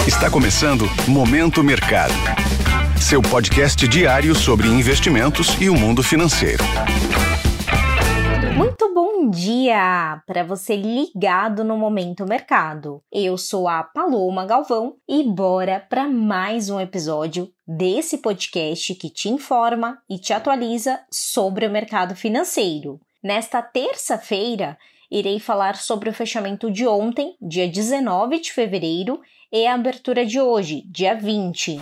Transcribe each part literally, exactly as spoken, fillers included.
Está começando Momento Mercado, seu podcast diário sobre investimentos e o mundo financeiro. Muito bom dia para você ligado no Momento Mercado. Eu sou a Paloma Galvão e bora para mais um episódio desse podcast que te informa e te atualiza sobre o mercado financeiro. Nesta terça-feira, irei falar sobre o fechamento de ontem, dia dezenove de fevereiro, e a abertura de hoje, dia vinte.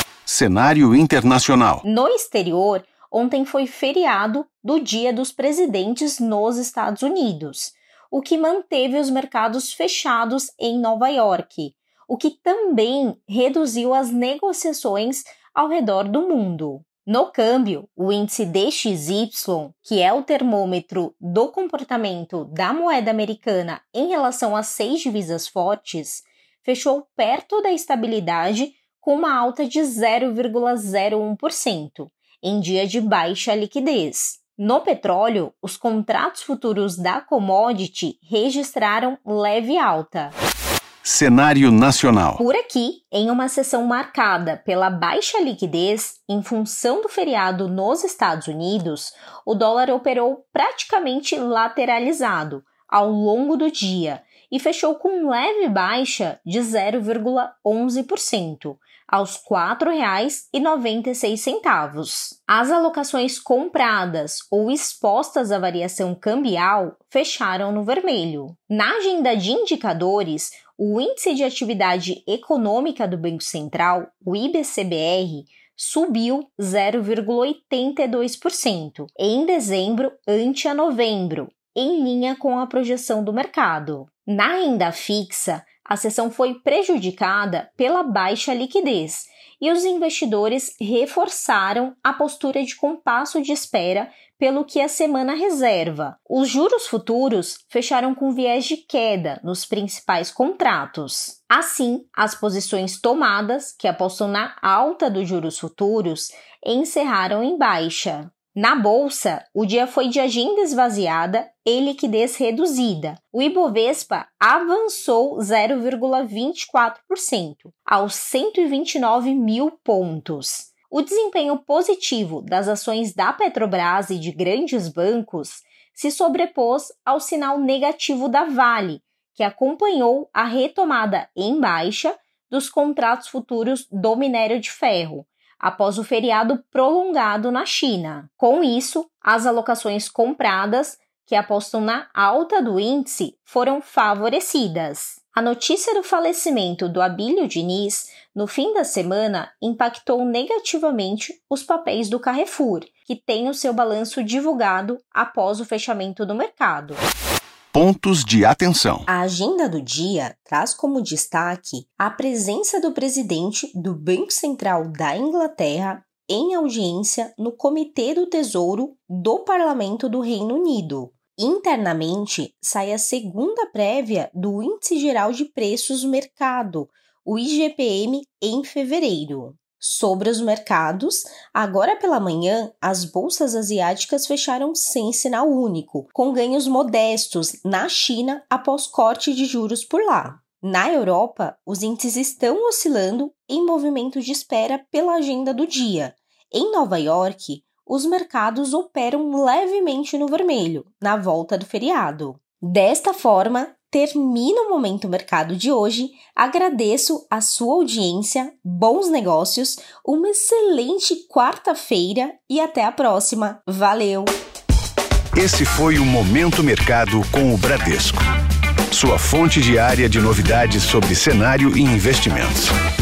Cenário internacional. No exterior, ontem foi feriado do Dia dos Presidentes nos Estados Unidos, o que manteve os mercados fechados em Nova York, o que também reduziu as negociações ao redor do mundo. No câmbio, o índice D X Y, que é o termômetro do comportamento da moeda americana em relação às seis divisas fortes, fechou perto da estabilidade com uma alta de zero vírgula zero um por cento, em dia de baixa liquidez. No petróleo, os contratos futuros da commodity registraram leve alta. Cenário nacional. Por aqui, em uma sessão marcada pela baixa liquidez em função do feriado nos Estados Unidos, o dólar operou praticamente lateralizado ao longo do dia e fechou com leve baixa de zero vírgula onze por cento, aos quatro reais e noventa e seis centavos. As alocações compradas ou expostas à variação cambial fecharam no vermelho. Na agenda de indicadores, o Índice de Atividade Econômica do Banco Central, o I B C B R, subiu zero vírgula oitenta e dois por cento em dezembro ante a novembro, em linha com a projeção do mercado. Na renda fixa, a sessão foi prejudicada pela baixa liquidez e os investidores reforçaram a postura de compasso de espera pelo que a semana reserva. Os juros futuros fecharam com viés de queda nos principais contratos. Assim, as posições tomadas, que apostam na alta dos juros futuros, encerraram em baixa. Na bolsa, o dia foi de agenda esvaziada e liquidez reduzida. O Ibovespa avançou zero vírgula vinte e quatro por cento, aos cento e vinte e nove mil pontos. O desempenho positivo das ações da Petrobras e de grandes bancos se sobrepôs ao sinal negativo da Vale, que acompanhou a retomada em baixa dos contratos futuros do minério de ferro, após o feriado prolongado na China. Com isso, as alocações compradas, que apostam na alta do índice, foram favorecidas. A notícia do falecimento do Abílio Diniz, no fim da semana, impactou negativamente os papéis do Carrefour, que tem o seu balanço divulgado após o fechamento do mercado. Pontos de atenção. A agenda do dia traz como destaque a presença do presidente do Banco Central da Inglaterra em audiência no Comitê do Tesouro do Parlamento do Reino Unido. Internamente, sai a segunda prévia do Índice Geral de Preços Mercado, o I G P M, em fevereiro. Sobre os mercados, agora pela manhã, as bolsas asiáticas fecharam sem sinal único, com ganhos modestos na China após corte de juros por lá. Na Europa, os índices estão oscilando em movimento de espera pela agenda do dia. Em Nova York, os mercados operam levemente no vermelho, na volta do feriado. Desta forma, termina o Momento Mercado de hoje. Agradeço a sua audiência, bons negócios, uma excelente quarta-feira e até a próxima. Valeu! Esse foi o Momento Mercado com o Bradesco, sua fonte diária de novidades sobre cenário e investimentos.